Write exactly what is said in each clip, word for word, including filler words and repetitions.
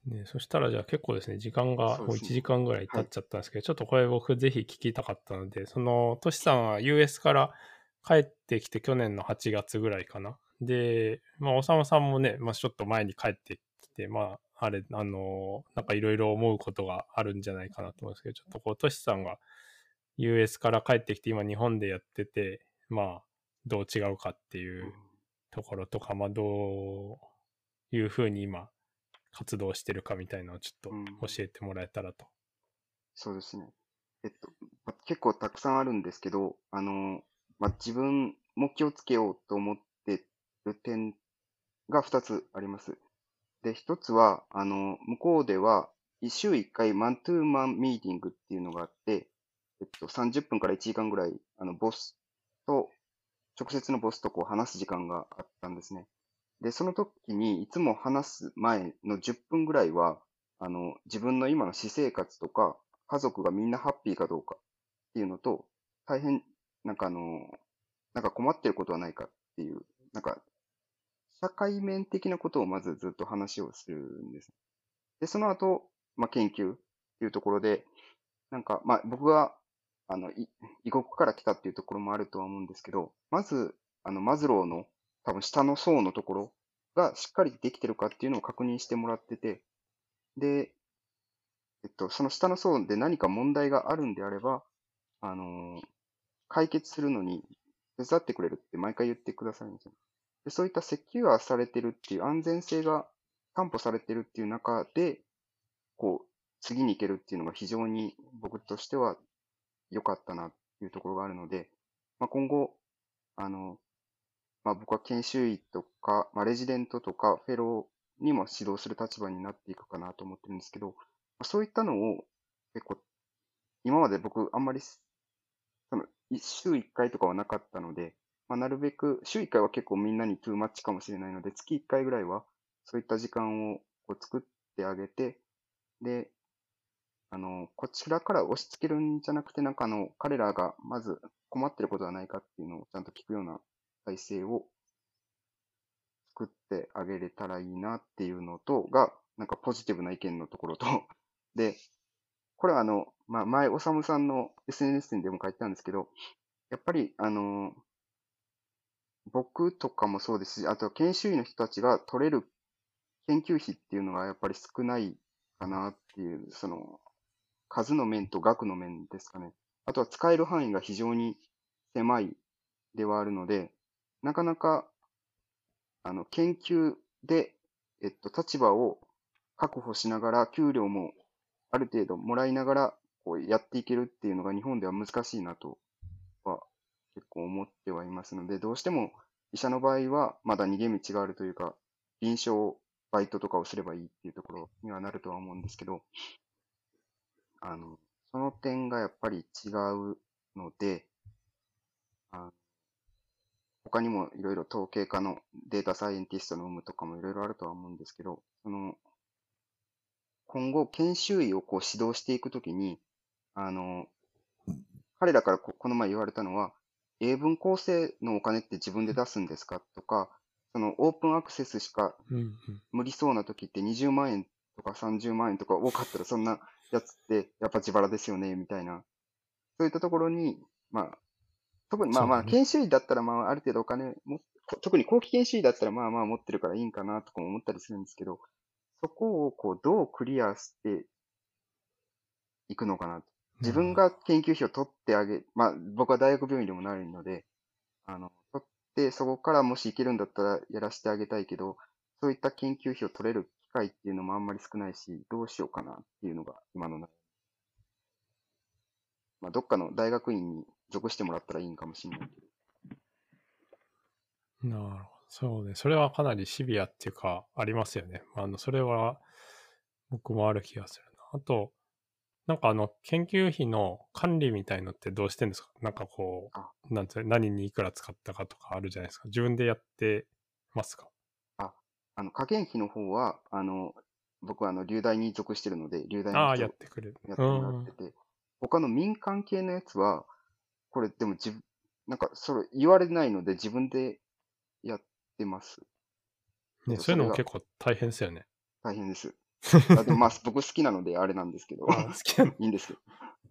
ね、そしたらじゃあ結構ですね、時間がもう1 そうですね。 時間ぐらい経っはい。 ちゃったんですけど、ちょっとこれ僕ぜひ聞きたかったので、その、トシさんは ユーエス から帰ってきて去年のはちがつぐらいかな。で、まあ、おさむさんもね、まあ、ちょっと前に帰ってきて、まあ、あれ、あの、なんかいろいろ思うことがあるんじゃないかなと思うんですけど、ちょっとこう、トシさんが ユーエス から帰ってきて今日本でやってて、まあ、どう違うかっていうん、 うところとか、まあ、どういうふうに今、活動してるかみたいなのをちょっとうん、 教えてもらえたらと。 そうですね。えっと、ま結構たくさんあるんですけど、あの、まあ、自分も気をつけようと思ってる点がふたつあります。で、ひとつは、あの、向こうでは、週いっかいマントゥーマンミーティングっていうのがあって、えっと、さんじゅっぷんからいちじかんぐらい、あの、ボスと、直接のボスとこう話す時間があったんですね。で、その時に、いつも話す前のじゅっぷんぐらいは、あの、自分の今の私生活とか、家族がみんなハッピーかどうかっていうのと、大変、なんかあの、なんか困ってることはないかっていう、なんか、社会面的なことをまずずっと話をするんです。で、その後、まあ、研究っていうところで、なんか、まあ、僕が、あの、い異国から来たっていうところもあるとは思うんですけど、まず、あの、マズローの多分下の層のところがしっかりできてるかっていうのを確認してもらってて、で、えっと、その下の層で何か問題があるんであれば、あのー解決するのに手伝ってくれるって毎回言ってくださるんですよ。で、そういったセキュアされてるっていう安全性が担保されてるっていう中で、こう、次に行けるっていうのが非常に僕としては良かったなっていうところがあるので、まあ、今後、あの、まあ、僕は研修医とか、まあ、レジデントとかフェローにも指導する立場になっていくかなと思ってるんですけど、まあ、そういったのを結構、今まで僕あんまりその週いっかいとかはなかったので、まあ、なるべく、週いっかいは結構みんなにトゥーマッチかもしれないので、月いっかいぐらいはそういった時間をこう作ってあげて、で、あの、こちらから押し付けるんじゃなくて、なんかあの、彼らがまず困ってることはないかっていうのをちゃんと聞くような体制を作ってあげれたらいいなっていうのと、が、なんかポジティブな意見のところと、で、これはあの、まあ、前、おさむさんの エスエヌエス にでも書いてたんですけど、やっぱり、あの、僕とかもそうですし、あとは研修医の人たちが取れる研究費っていうのがやっぱり少ないかなっていう、その、数の面と額の面ですかね。あとは使える範囲が非常に狭いではあるので、なかなか、あの、研究で、えっと、立場を確保しながら、給料もある程度もらいながら、こうやっていけるっていうのが日本では難しいなとは結構思ってはいますので、どうしても医者の場合はまだ逃げ道があるというか、臨床バイトとかをすればいいっていうところにはなるとは思うんですけど、あの、その点がやっぱり違うので、あ他にもいろいろ統計科のデータサイエンティストの有無とかもいろいろあるとは思うんですけど、その、今後研修医をこう指導していくときに、あの、彼らからこ、この前言われたのは、英文構成のお金って自分で出すんですかとか、そのオープンアクセスしかうんうん。 無理そうな時ってにじゅうまん円とかさんじゅうまん円とか多かったらそんなやつってやっぱ自腹ですよね、みたいな。そういったところに、まあ、特にまあまあ、 そうだね。 研修医だったらまあ、ある程度お金も、特に後期研修医だったらまあまあ持ってるからいいんかなとかも思ったりするんですけど、そこをこう、どうクリアしていくのかなと。自分がなるほど。 研究費を取ってあげ、まあ僕は大学病院でもないので、あの、取ってそこからもし行けるんだったらやらせてあげたいけど、そういった研究費を取れる機会っていうのもあんまり少ないし、どうしようかなっていうのが今のな、まあどっかの大学院に属してもらったらいいんかもしれないけど。 なるほど。そうね。それはかなりシビアっていうか、ありますよね。あの、それは僕もある気がするな。あと、なんかあの、研究費の管理みたいのってどうしてんですか？なんかこあ、 う、なんていうの、何にいくら使ったかとかあるじゃないですか。自分でやってますか？ あ、あの、加減費の方は、あの、僕はあの、流大に属してるので、流大のああ、やっ人てくれる。うやってもらっーん。 てて、他の民間系のやつは、これでも自分、なんか、それ言われないので自分でやってますけね、 ど、 そういうそれがのも結構大変ですよね。 大変です。 あ、でもまあ、僕好きなのであれなんですけど、 あ、好きなの。 いいんですけど。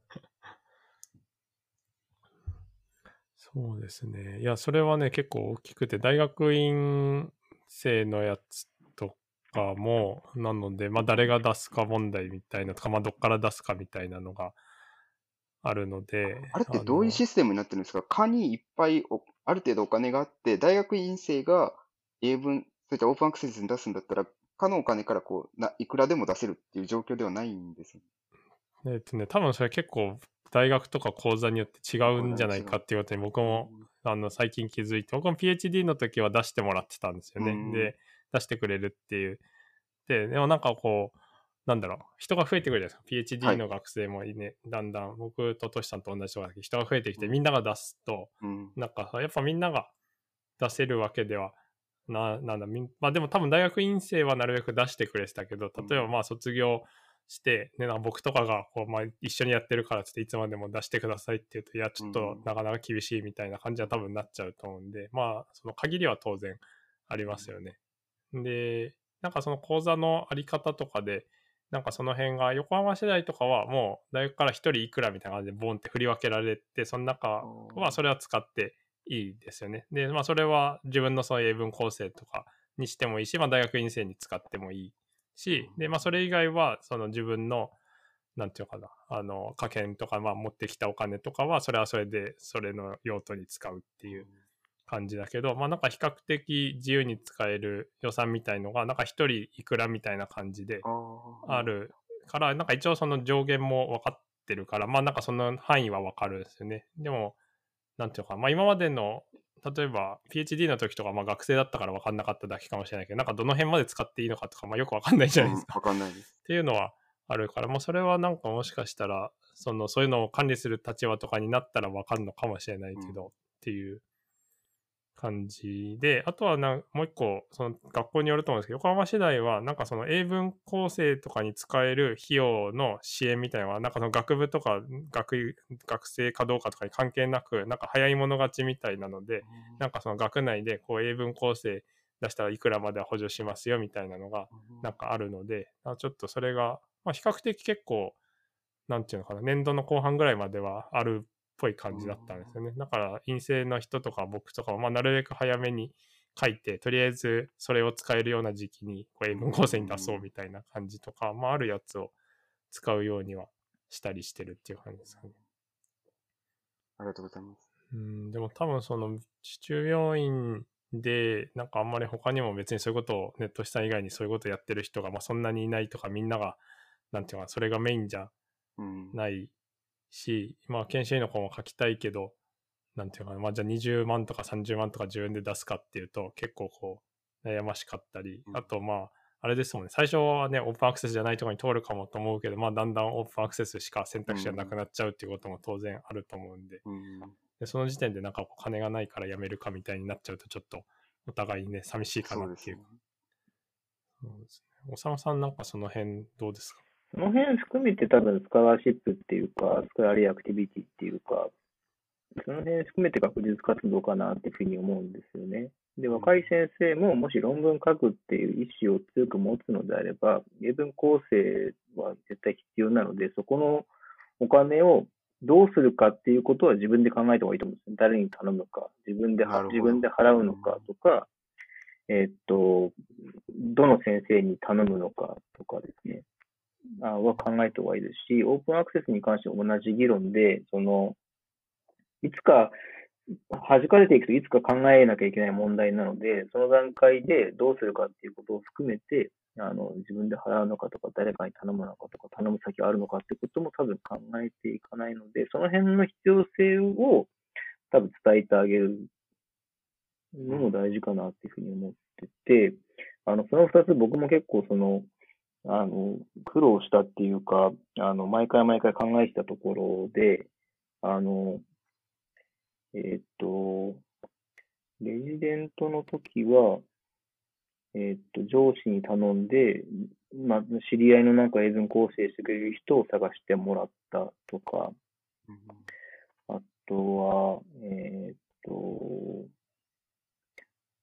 そうですね。いや、それはね、結構大きくて、大学院生のやつとかも、なので、まあ、誰が出すか問題みたいなとか、まあ、どっから出すかみたいなのがあるので、 あれってどういうあの、 システムになってるんですか？科にいっぱいおある程度お金があって、大学院生が英文、そういったオープンアクセスに出すんだったら、科のお金からこう、ないくらでも出せるっていう状況ではないんですよね。 えっとね、多分それ結構、大学とか講座によって違うんじゃないか講座に違う。 っていうことに僕も、 うん。 あの、最近気づいて、僕も PhD の時は出してもらってたんですよね。 うん。 で、出してくれるっていう。で、でもなんかこう、なんだろう、人が増えてくるじゃないですか。 は PhD い。 の学生もね、だんだん、僕とトシさんと同じとこだけど、人が増えてきて、 うん。 みんなが出すと、 うん。 なんかやっぱみんなが出せるわけでは、な、なんだ、みんまあでも多分大学院生はなるべく出してくれてたけど、 うん。 例えばまあ卒業して、ね、なんか僕とかがこう、まあ、一緒にやってるからっつっていつまでも出してくださいって言うと、いや、ちょっとうん。 なかなか厳しいみたいな感じは多分なっちゃうと思うんで、まあ、その限りは当然ありますよね。で、なんかその講座のあり方とかで、なんかその辺が、横浜世代とかはもう大学から一人いくらみたいな感じでボンって振り分けられて、その中はそれは使っていいですよね。で、まあそれは自分のそういう英文構成とかにしてもいいし、まあ大学院生に使ってもいいし、で、まあそれ以外はその自分の、なんていうのかな、あの、科研とか、まあ持ってきたお金とかは、それはそれで、それの用途に使うっていう感じだけど、まあなんか比較的自由に使える予算みたいのが、なんか一人いくらみたいな感じでああ、なるほあるから、なんか一応その上限も分かってるから、まあなんかその範囲は分かるんですよね。でも、なんていうのかな、まあ今までの、例えば PhD の時とか、まあ学生だったから分かんなかっただけかもしれないけど、なんかどの辺まで使っていいのかとか、まあよく分かんないじど。うん、 ゃないですか。 わかんないです。 っていうのはあるから、もうそれはなんかもしかしたら、そのそういうのを管理する立場とかになったら分かるのかもしれないうん。 けど、っていう感じで、あとはなもう一個、その学校によると思うんですけど、横浜市大は、なんかその英文構成とかに使える費用の支援みたいなのは、なんかその学部とか学学生かどうかとかに関係なく、なんか早い者勝ちみたいなので、なんかその学内でこう英文構成出したらいくらまでは補助しますよみたいなのが、なんかあるので、ちょっとそれが、まあ、比較的結構、なんていうのかな、年度の後半ぐらいまではあるっぽい感じだったんですよね。だから、陰性の人とか僕とかは、まあ、なるべく早めに書いて、とりあえずそれを使えるような時期にこう英う文構成に出そん。 うみたいな感じとか、まあ、あるやつを使うようにはしたりしてるっていう感じですかね。 ありがとうございます。 うん、でも多分その、市中病院で、なんかあんまり他にも別にそういうことを、ネット資産以外にそういうことをやってる人が、まあ、そんなにいないとか、みんなが、なんていうかな、それがメインじゃうん。 ないし、まあ、研修医の子も書きたいけど、なんていうかな、まあ、じゃあにじゅうまんとかさんじゅうまんとか自分で出すかっていうと、結構こう、悩ましかったり、 うん。 あとまあ、あれですもんね、最初はね、オープンアクセスじゃないところに通るかもと思うけど、まあ、だんだんオープンアクセスしか選う択肢がなくん。 なっちゃうっていうことも当然あると思うんで、 うん。 でその時点でなんかお金がないからやめるかみたいになっちゃうと、ちょっとお互いにね、寂しいかそうですね。 なっていうか。そうですね。おさむさんなんかその辺どうですか？ その辺含めて多分スカラーシップっていうか、スカラリーアクティビティっていうか、その辺含めて学術活動かなっていうふうに思うんですよね。で、 うん。 若い先生ももし論文書くっていう意思を強く持つのであれば、英文構成は絶対必要なので、そこのお金をどうするかっていうことは自分で考えた方がいいと思うんですね。誰に頼むか、自分では、 なるほど。 自分で払うん。 うのかとか、えーっと、どの先生に頼むのかとかですね。あは考えた方がいいですし、オープンアクセスに関しても同じ議論で、その、いつか弾かれていくといつか考えなきゃいけない問題なので、その段階でどうするかっていうことを含めて、あの、自分で払うのかとか、誰かに頼むのかとか、頼む先があるのかっていうことも多分考えていかないので、その辺の必要性を多分伝えてあげるのも大事かなっていうふうに思ってて、あの、その二つ僕も結構その、あの、苦労したっていうか、あの、毎回毎回考えてたところで、あの、えーっと、レジデントの時は、えーっと、上司に頼んで、まあ、知り合いのなんか英文構成してくれる人を探してもらったとか、 うん。 あとは、えーっと、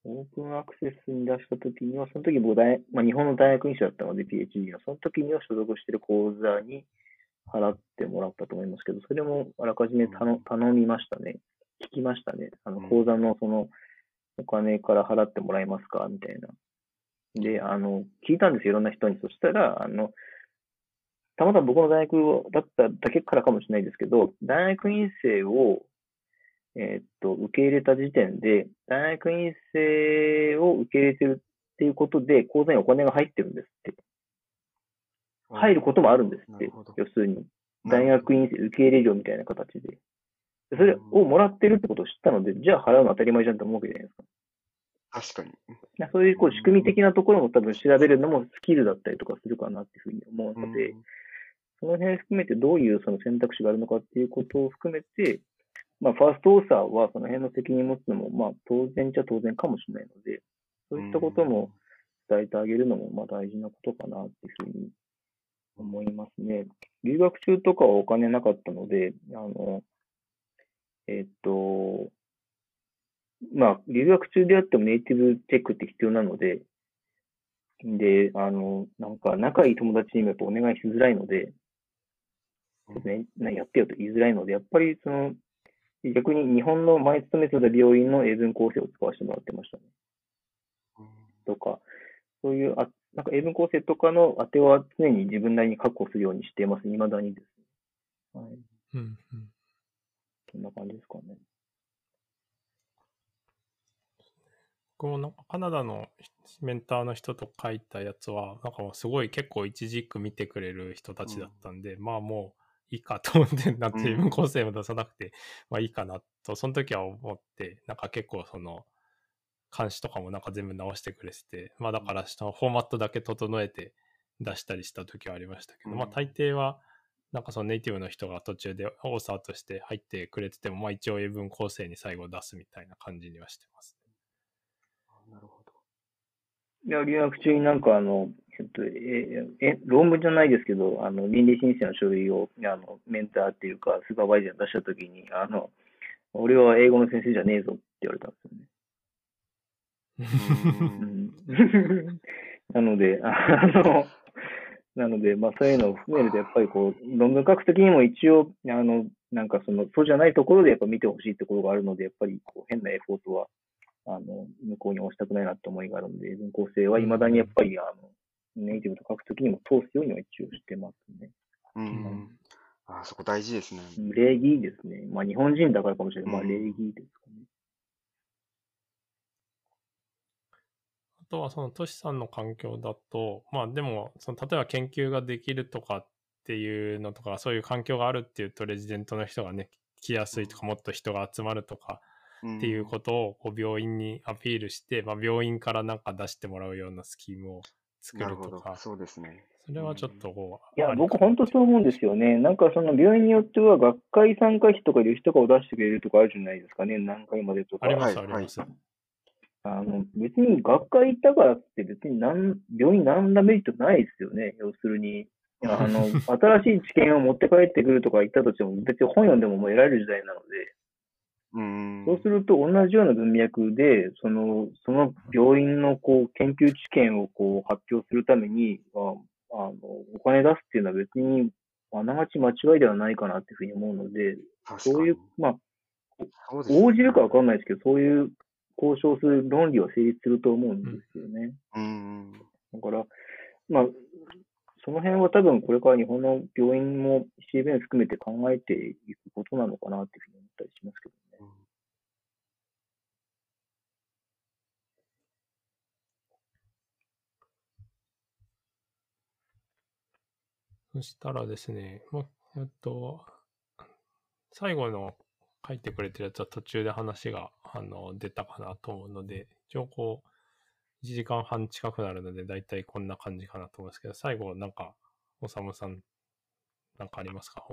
オープンアクセスに出したときには、その時僕大、まあ、日本の大学院生だったので PhD の、その時には所属している講座に払ってもらったと思いますけど、それもあらかじめ頼頼みましたね。聞きましたね。あの講座のそのお金から払ってもらえますかみたいな。で、あの、聞いたんですよ、いろんな人に。そしたら、あの、たまたま僕の大学だっただけからかもしれないですけど、大学院生を、えーっと、受け入れた時点で、大学院生を受け入れてるっていうことで、口座にお金が入ってるんですって。入ることもあるんですって。要するに、大学院生受け入れ料みたいな形で。それをもらってるってことを知ったので、じゃあ払うの当たり前じゃんって思うわけじゃないですか。 確かに。 そういうこう仕組み的なところも多分調べるのもスキルだったりとかするかなっていうふうに思うので、その辺含めてどういうその選択肢があるのかっていうことを含めて、まあ、ファーストオーサーはその辺の責任を持つのも、まあ、当然じゃ当然かもしれないので、そういったことも伝えてあげるのも、まあ、大事なことかなっていうふうに思いますね。留学中とかはお金なかったので、あの、えっと、まあ、留学中であってもネイティブチェックって必要なので、で、あの、なんか仲いい友達にもやっぱお願いしづらいので、ね、やってよと言いづらいので、やっぱりその、逆に日本の前勤めてた病院の英文構成を使わせてもらってましたね。とか、そういう、あなんか英文構成とかの当ては常に自分なりに確保するようにしています。未だにですね。はい。 うんうん。 そんな感じですかね。 僕もなんかカナダのメンターの人と書いたやつは、なんかもうすごい結構一軸見てくれる人たちだったんで、うん、まあもういいかと思って、なんて英文構成も出さなくて、うん、まあいいかなと、その時は思って、なんか結構その、監視とかもなんか全部直してくれてて、まあだからフォーマットだけ整えて出したりした時はありましたけど、うん、まあ大抵は、なんかそのネイティブの人が途中でオーサーとして入ってくれてても、まあ一応英文構成に最後出すみたいな感じにはしてます。 なるほど。 いや、留学中になんかあの、えっと、え、え、論文じゃないですけど、あの、倫理申請の書類を、あの、メンターっていうか、スーパーバイザーに出したときに、あの、俺は英語の先生じゃねえぞって言われたんですよね。なので、あの、なので、まあそういうのを含めると、やっぱりこう、論文書くときにも一応、あの、なんかその、そうじゃないところでやっぱ見てほしいところがあるので、やっぱりこう変なエフォートは、あの、向こうに押したくないなって思いがあるので、英文構成は未だにやっぱり、あの、ネイティブと書くときにも通すようには一応してますね。 うん。あ、そこ大事ですね。 礼儀ですね。まあ日本人だからかもしれない。まあ礼儀ですかね。 あとはそのトシさんの環境だと、まあでも、その例えば研究ができるとかっていうのとか、そういう環境があるっていうと、レジデントの人がね、来やすいとか、もっと人が集まるとかっていうことをこう病院にアピールして、まあ病院からなんか出してもらうようなスキームを作るとか。 そうですね。 それはちょっとこう。いや、僕本当そう思うんですよね。なんかその病院によっては学会参加費とかで人を出してくれるとかあるじゃないですかね。何回までとか。 ありますあります。 あの、別に学会行ったからって別に何、病院何らメリットないですよね。要するに。あの、新しい知見を持って帰ってくるとか言ったとしても、別に本読んでももう得られる時代なので、 うんそうすると同じような文脈で、その、その病院のこう研究知見をこう発表するために、ああの、お金出すっていうのは別にあながち間違いではないかなっていうふうに思うので、そういう、まあ、応じるかわかんないですけど、そういう交渉する論理は成立すると思うんですよね。 うん。 だから、まあ、その辺は多分これから日本の病院も シービーエヌ 含めて考えていくことなのかなっていうふうに思ったりしますけどね。 そしたらですね、ま、えっと、最後の書いてくれてるやつは途中で話があの出たかなと思うので、一応こう、いちじかんはん近くなるので、だいたいこんな感じかなと思うんですけど、最後なんか、おさむさん、なんかありますか、他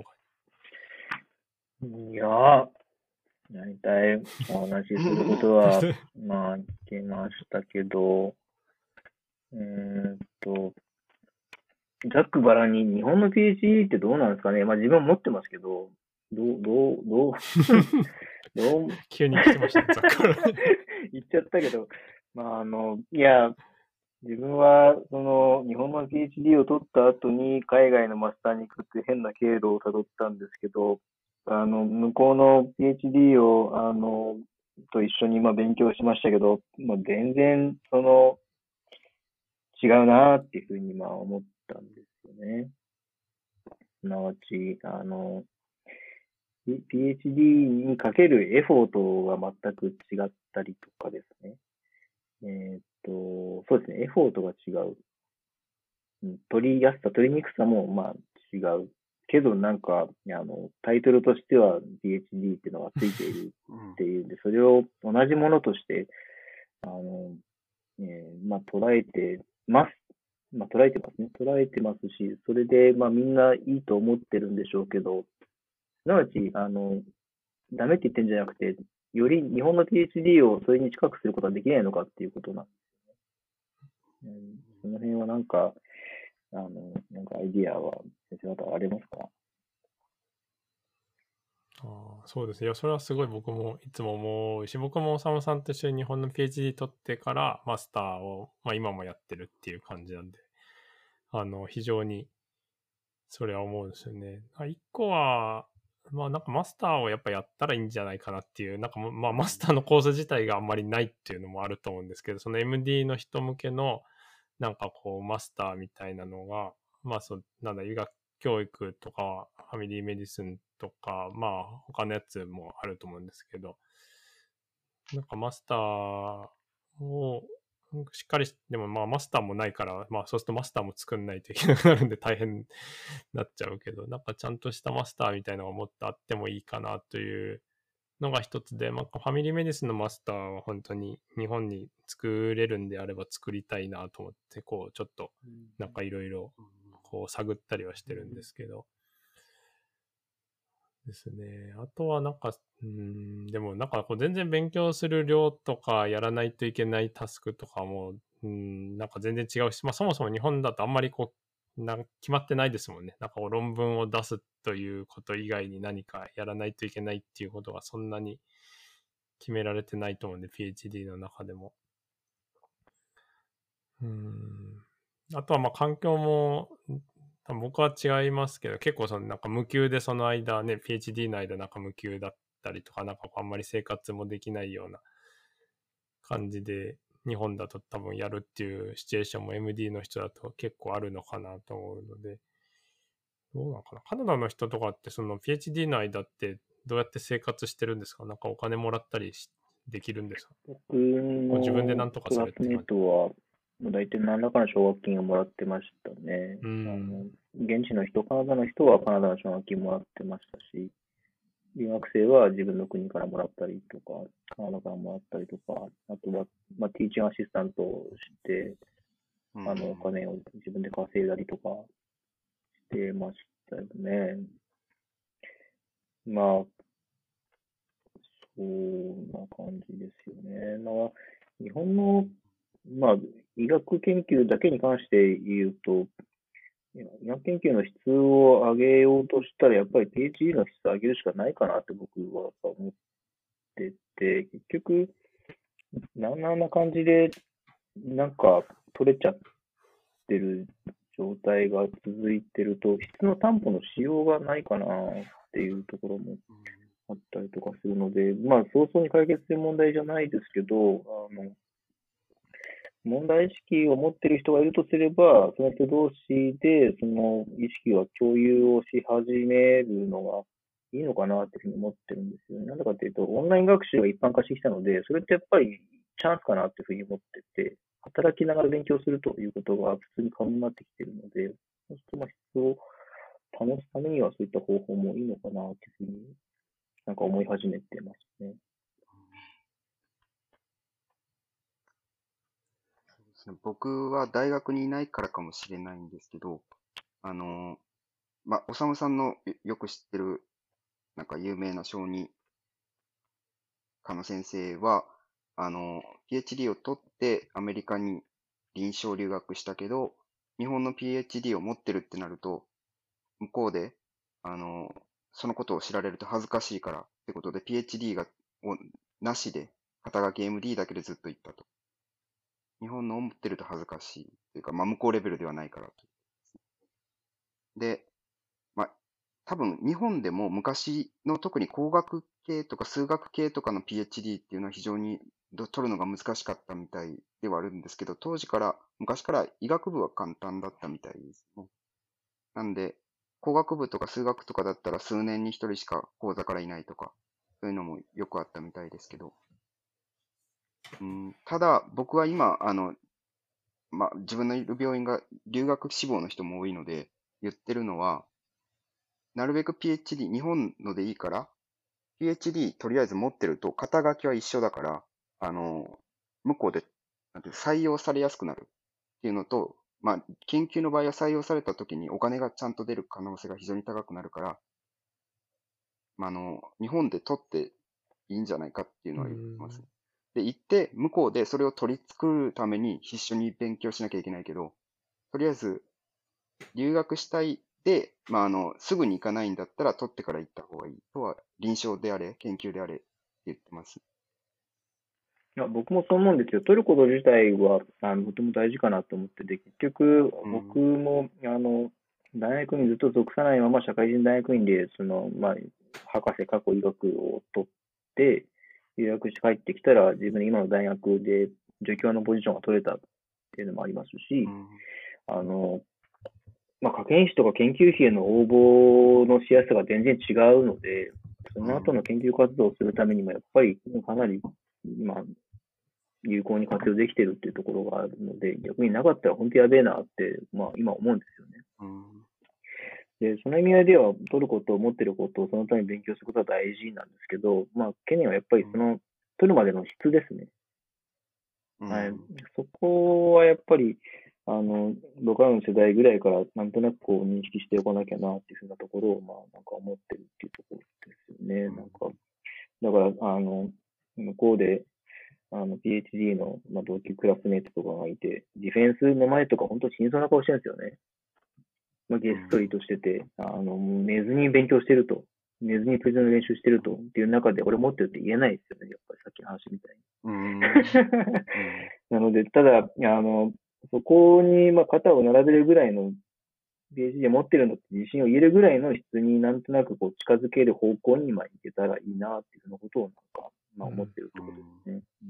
に。いやー、大体お話しすることは、まあ、言ってましたけど、うーんと、ざっくばらんに日本の PhD ってどうなんですかね。まあ自分は持ってますけど、どう、どう、どう、どう急に来てましたね、ざっくばらん。 言っちゃったけど、 まあ、あの、いや、自分は、その、日本の PhD を取った後に、海外のマスターに行くっていう変な経路をたどったんですけど、あの、向こうの PhD を、あの、と一緒に、まあ、勉強しましたけど、まあ、全然、その、違うなっていうふうに、まあ、思ったんですよね。すなわち、あの、P- PhD にかけるエフォートが全く違ったりとかですね。えーっと、そうですね、エフォートが違う。うん取りやすさ、取りにくさも、まあ、違う。けど、なんか、あの、タイトルとしては PhD っていうのがついているうんっていうんで、それを同じものとして、あの、えーまあ、捉えてます。まあ、捉えてますね。捉えてますし、それで、まあ、みんないいと思ってるんでしょうけど、すなわち、あの、ダメって言ってんじゃなくて、より日本の PhD をそれに近くすることはできないのかっていうことなんうん、その辺はなんか、あの、なんかアイディアは先生方ありますか？ ああ、そうですね。いや、それはすごい僕もいつも思うし、僕も修さんと一緒に日本の PhD 取ってからマスターを、まあ今もやってるっていう感じなんで、あの、非常にそれは思うんですよね。あ一個は、まあなんかマスターをやっぱやったらいいんじゃないかなっていう、なんかもまあマスターのコース自体があんまりないっていうのもあると思うんですけど、その エムディー の人向けのなんかこうマスターみたいなのが、まあそう、なんだ、医学教育とかファミリーメディスンとか、まあ他のやつもあると思うんですけど、なんかマスターをしっかりし、でもまあマスターもないから、まあそうするとマスターも作んないといけなくなるんで大変になっちゃうけど、なんかちゃんとしたマスターみたいなのがもっとあってもいいかなというのが一つで、まあファミリーメディスンのマスターは本当に日本に作れるんであれば作りたいなと思って、こうちょっとなんかいろいろこう探ったりはしてるんですけど、ですね。あとはなんか、うん、でもなんかこう全然勉強する量とかやらないといけないタスクとかも、うん、なんか全然違うし、まあそもそも日本だとあんまりこう、なん決まってないですもんね。なんかこう論文を出すということ以外に何かやらないといけないっていうことがそんなに決められてないと思うんで、PhD の中でも。うん。あとはまあ環境も、多分僕は違いますけど、結構そのなんか無給でその間ね、PhD の間なんか無給だったりとか、なんかこうあんまり生活もできないような感じで、日本だと多分やるっていうシチュエーションも エムディー の人だと結構あるのかなと思うので、どうなのかな。カナダの人とかってその PhD の間ってどうやって生活してるんですか？なんかお金もらったりしできるんですか？ 僕もう自分でなのんとかクラスメするって感じ。 イトは、もう大体何らかの奨学金をもらってましたね。 うあん。 の、現地の人、カナダの人はカナダの奨学金もらってましたし、留学生は自分の国からもらったりとか、カナダからもらったりとか、あとは、まあ、ティーチングアシスタントをして、 うんあの、お金を自分で稼いだりとかしてましたよね。まあ、そんな感じですよね。まあ、日本の、まあ、医学研究だけに関して言うと、医学研究の質を上げようとしたら、やっぱり PhD の質を上げるしかないかなって僕は思ってて、結局、なんなな感じで、なんか取れちゃってる状態が続いてると、質の担保のしようがないかなっていうところもあったりとかするので、まあ、早々に解決する問題じゃないですけど、あの、問題意識を持っている人がいるとすれば、その人同士で、その意識は共有をし始めるのがいいのかなっていうふうに思ってるんですよね。なんでかっていうと、オンライン学習が一般化してきたので、それってやっぱりチャンスかなっていうふうに思ってて、働きながら勉強するということが普通に可能になってきているので、そうするとまあ質を保つためにはそういった方法もいいのかなっていうふうになんか思い始めてますね。 そうですね。僕は大学にいないからかもしれないんですけど、あの、まあ、おさむさんのよよく知ってる、なんか有名な小児科の先生は、あの、PhD を取ってアメリカに臨床留学したけど、日本の PhD を持ってるってなると、向こうで、あの、そのことを知られると恥ずかしいからってことで PhD が、をなしで、肩書き エムディー だけでずっと行ったと。 日本の思ってると恥ずかしいというか、まあ、向こうレベルではないから。で、まあ、多分日本でも昔の特に工学系とか数学系とかの ピーエイチディー っていうのは非常にど取るのが難しかったみたいではあるんですけど、当時から、昔から医学部は簡単だったみたいですね。なんで、工学部とか数学とかだったら数年に一人しか講座からいないとか、そういうのもよくあったみたいですけど。うん、ただ、僕は今、あの、まあ、自分のいる病院が留学志望の人も多いので、言ってるのは、なるべく ピーエイチディー、日本のでいいから、ピーエイチディー とりあえず持ってると、肩書きは一緒だから、あの、向こうで、なんていう採用されやすくなるっていうのと、まあ、研究の場合は採用された時にお金がちゃんと出る可能性が非常に高くなるから、まあ、あの、日本で取っていいんじゃないかっていううのは言ってます。 ん。 で、行って、向こうでそれを取り作るために必死に勉強しなきゃいけないけど、とりあえず留学したいで、まあ、あの、すぐに行かないんだったら取ってから行った方がいいとは、臨床であれ、研究であれって言ってます。 いや、僕もそう思うんですよ。取ること自体は、あの、とても大事かなと思ってて、結局、 うん。 僕も、あの、大学にずっと属さないまま、社会人大学院で、その、まあ、博士、過去医学を取って、留学して帰ってきたら、自分の今の大学で助教のポジションが取れたっていうのもありますうし、 ん。 あの、まあ、科研費とか研究費への応募のしやすさが全然違うので、その後の研究活動をするためにも、やっぱりかなり、今、有効に活用できてるっていうところがあるので、逆になかったら本当やべえなって、まあ今思うんですよね。 うん。 で、その意味合いでは、取ることを持ってることをそのために勉強することは大事なんですけど、まあ懸念はやっぱりその、取るまでの質ですね。 うん。 はい。そこはやっぱり、あの、僕らの世代ぐらいからなんとなくこう認識しておかなきゃなっていうふうなところを、まあなんか思ってるっていうところですよね。 うん。 なんか、だから、あの、向こうで、あの、ピーエイチディー の、まあ、同級クラスメイトとかがいて、ディフェンスの前とか本当死にそうな顔してるんですよね。まあ、ゲストリーとしてて、あの、寝ずに勉強してると。寝ずにプレゼンの練習してると。っていう中で、俺持ってるって言えないですよね。やっぱりさっきの話みたいに。 うん。うんなので、ただ、あの、そこに、まあ、肩を並べるぐらいの ピーエイチディー 持ってるのって自信を言えるぐらいの質になんとなくこう近づける方向に、まあ、いけたらいいなっていうふうなことをなんか、まあ、思ってるってことですね。うん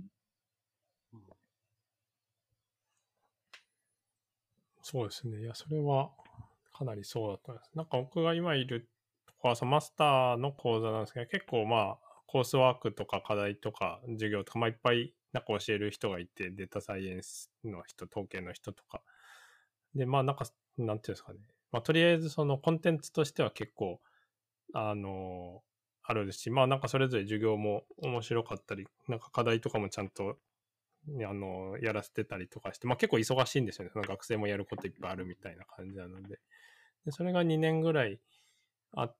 そうですね。いや、それはかなりそうだと思います。なんか僕が今いるとこは、そのマスターの講座なんですけど、結構まあ、コースワークとか課題とか授業とか、まあいっぱいなんか教える人がいて、データサイエンスの人、統計の人とか。で、まあなんか、なんていうんですかね。まあとりあえずそのコンテンツとしては結構、あの、あるし、まあなんかそれぞれ授業も面白かったり、なんか課題とかもちゃんとあの、やらせてたりとかして、まあ結構忙しいんですよね。その学生もやることいっぱいあるみたいな感じなので。で、それがにねんぐらいあって、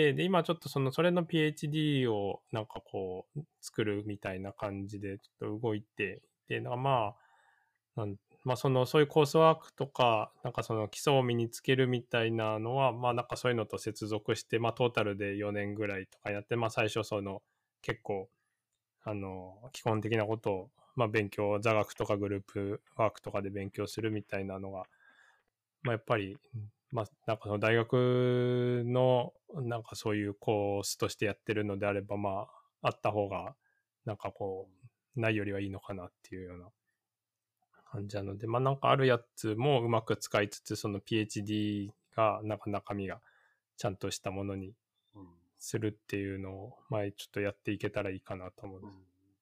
で、今ちょっとその、それの ピーエイチディー をなんかこう、作るみたいな感じでちょっと動いて、で、なんかまあ、なんまあその、そういうコースワークとか、なんかその基礎を身につけるみたいなのは、まあなんかそういうのと接続して、まあトータルでよねんぐらいとかやって、まあ最初その、結構、あの、基本的なことを、まあ、勉強、座学とかグループワークとかで勉強するみたいなのが、まあ、やっぱり、まあ、なんかその大学の、なんかそういうコースとしてやってるのであれば、まあ、あった方が、なんかこう、ないよりはいいのかなっていうような感じなので、まあ、なんかあるやつもうまく使いつつ、その ピーエイチディー が、なんか中身がちゃんとしたものにするっていうのを、まあ、ちょっとやっていけたらいいかなと思うんです。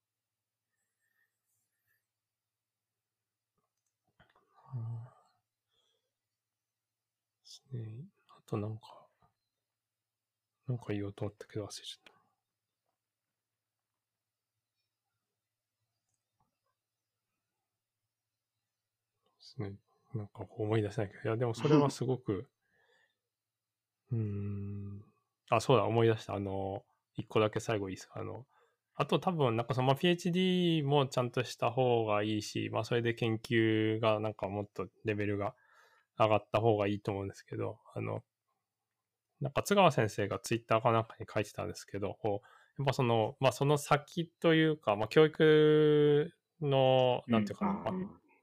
ですね。あとなんか、なんか言おうと思ったけど忘れちゃった。ですね。なんか思い出せないけど、いや、でもそれはすごく、うーん、あ、そうだ、思い出した。あの、一個だけ最後いいですか。あの、あと多分、なんかその、まあ、ピーエイチディー もちゃんとした方がいいし、まあ、それで研究がなんかもっとレベルが上がった方がいいと思うんですけど、あの、なんか津川先生がツイッターかなんかに書いてたんですけど、こう、やっぱその、まあその先というか、まあ教育の、なんていうかな、まあ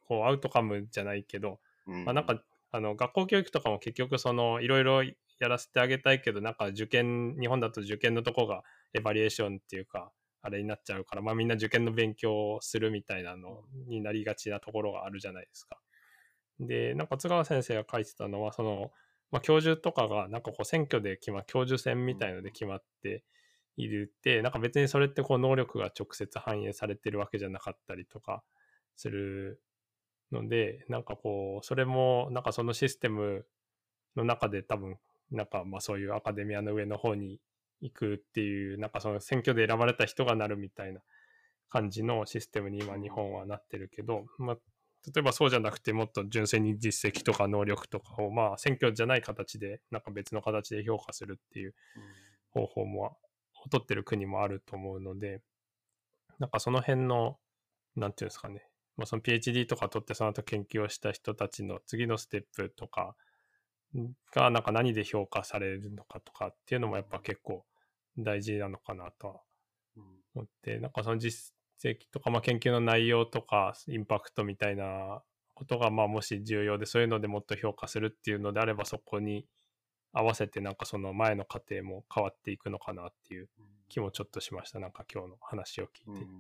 こうアウトカムじゃないけど、 うんまあ、なんかあの学校教育とかも結局そのいろいろやらせてあげたいけど、なんか受験、日本だと受験のとこがエバリエーションっていうかあれになっちゃうから、まあみんな受験の勉強をするみたいなのになりがちなところがあるじゃないですか。で、なんか津川先生が書いてたのは、その、まあ、教授とかがなんかこう選挙で決まっ、教授選みたいので決まっているって、なんか別にそれってこう能力が直接反映されてるわけじゃなかったりとかするので、なんかこう、それもなんかそのシステムの中で多分、なんかまあそういうアカデミアの上の方に行くっていう、なんかその選挙で選ばれた人がなるみたいな感じのシステムに今日本はなってるけど、まあ例えばそうじゃなくてもっと純粋に実績とか能力とかをまあ選挙じゃない形でなんか別の形で評価するっていう方法も取ってる国もあると思うので、なんかその辺のなんていうんですかね、まあ、その ピーエイチディー とか取ってその後研究をした人たちの次のステップとかがなんか何で評価されるのかとかっていうのもやっぱ結構大事なのかなとは思って、なんかその実績とか、まあ、研究の内容とかインパクトみたいなことがまあもし重要で、そういうのでもっと評価するっていうのであれば、そこに合わせてなんかその前の過程も変わっていくのかなっていう気もちょっとしました。なんか今日の話を聞いて。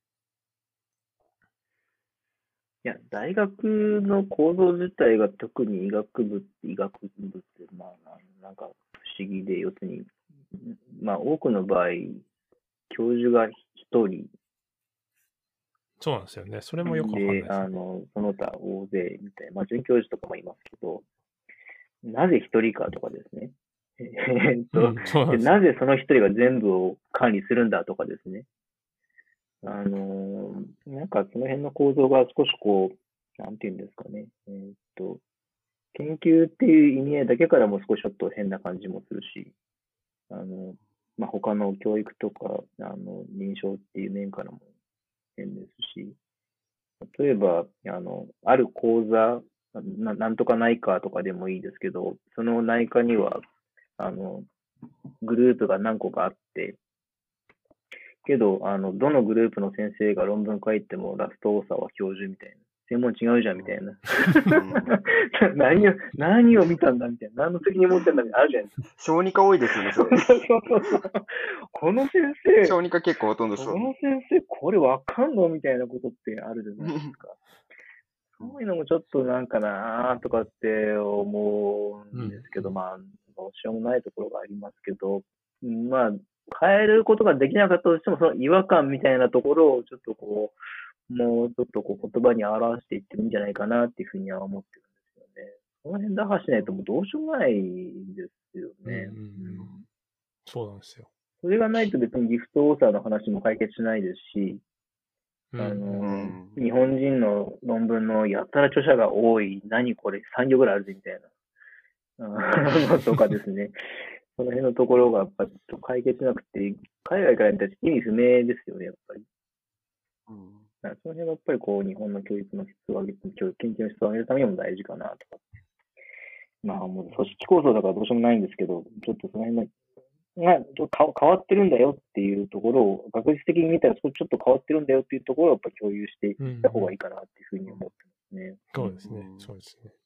いや、大学の構造自体が特に医学部って医学部って、まあ、なんか不思議で、要するに、まあ多くの場合、教授が一人。 そうなんですよね。それもよくわかんないです、ね。 で、あの、その他大勢みたいな、まあ准教授とかもいますけど、なぜ一人かとかですね。えっと、うん、でなぜその一人が全部を管理するんだとかですね。あのー、なんかその辺の構造が少しこう、なんていうんですかね。えー、っと、研究っていう意味合いだけからも少しちょっと変な感じもするし、あの、まあ、他の教育とか、あの、臨床っていう面からも変ですし、例えば、あの、ある講座、ななんとか内科とかでもいいですけど、その内科には、あの、グループが何個かあって、けど、あの、どのグループの先生が論文書いてもラストオーサーは教授みたいな。専門違うじゃんみたいな。何を、何を見たんだみたいな。何の責任持ってんだみたいな。あるじゃないですか。 小児科多いですよね、それ。 そうそうそう。この先生、 小児科結構ほとんどそう。 この先生、これわかんのみたいなことってあるじゃないですか。そういうのもちょっとなんかなーとかって思うんですけど、うん、まあ、どうしようもないところがありますけど、まあ、変えることができなかったとしても、その違和感みたいなところをちょっとこう、もうちょっとこう言葉に表していってもいいんじゃないかなっていうふうには思ってるんですよね。その辺打破しないともうどうしようもないですよね。 うんうんうん、そうなんですよ。 それがないと別にギフトオーサーの話も解決しないですし、 うん、 あの、日本人の論文のやったら著者が多い、何これさん行ぐらいあるぜみたいな、とかですね。その辺のところがやっぱり解決しなくて、海外から見たら意味不明ですよね、やっぱり。うん、その辺はやっぱりこう、日本の教育の質を上げて、教育研究の質を上げるためにも大事かなとか。まあ、もう組織構造だからどうしようもないんですけど、ちょっとその辺のが変わってるんだよっていうところを、学術的に見たらちょっと変わってるんだよっていうところをやっぱ共有していった方がいいかなっていうふうに思ってますね。 うんうん、そうですね、うん、そうですね。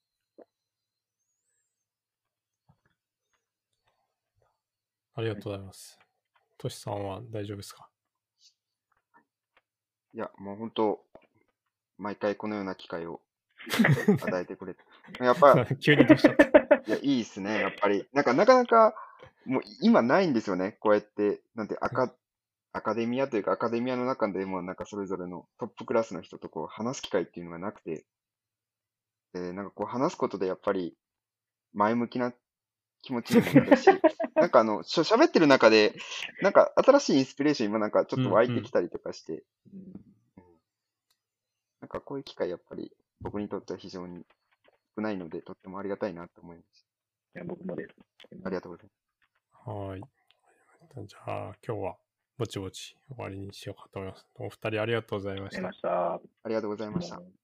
ありがとうございます。トシさんは大丈夫ですか？ いや、もう本当、毎回このような機会を与えてくれて。やっぱ、 急にどうしたって。 いや、いいですね、やっぱり。なんか、なかなか、もう今ないんですよね。こうやって、なんて、アカ、アカデミアというか、アカデミアの中でも、なんかそれぞれのトップクラスの人とこう話す機会っていうのがなくて、で、なんかこう話すことでやっぱり前向きな気持ちにもなるし、なんかあの、しゃ喋ってる中で、なんか新しいインスピレーション今なんかちょっと湧いてきたりとかして、うんうん、なんかこういう機会やっぱり僕にとっては非常に少ないので、とってもありがたいなと思います。 いや、僕もです。 ありがとうございます。 はい。じゃあ今日はぼちぼち終わりにしようかと思います。お二人ありがとうございました。 ありがとうございました。 ありがとうございました。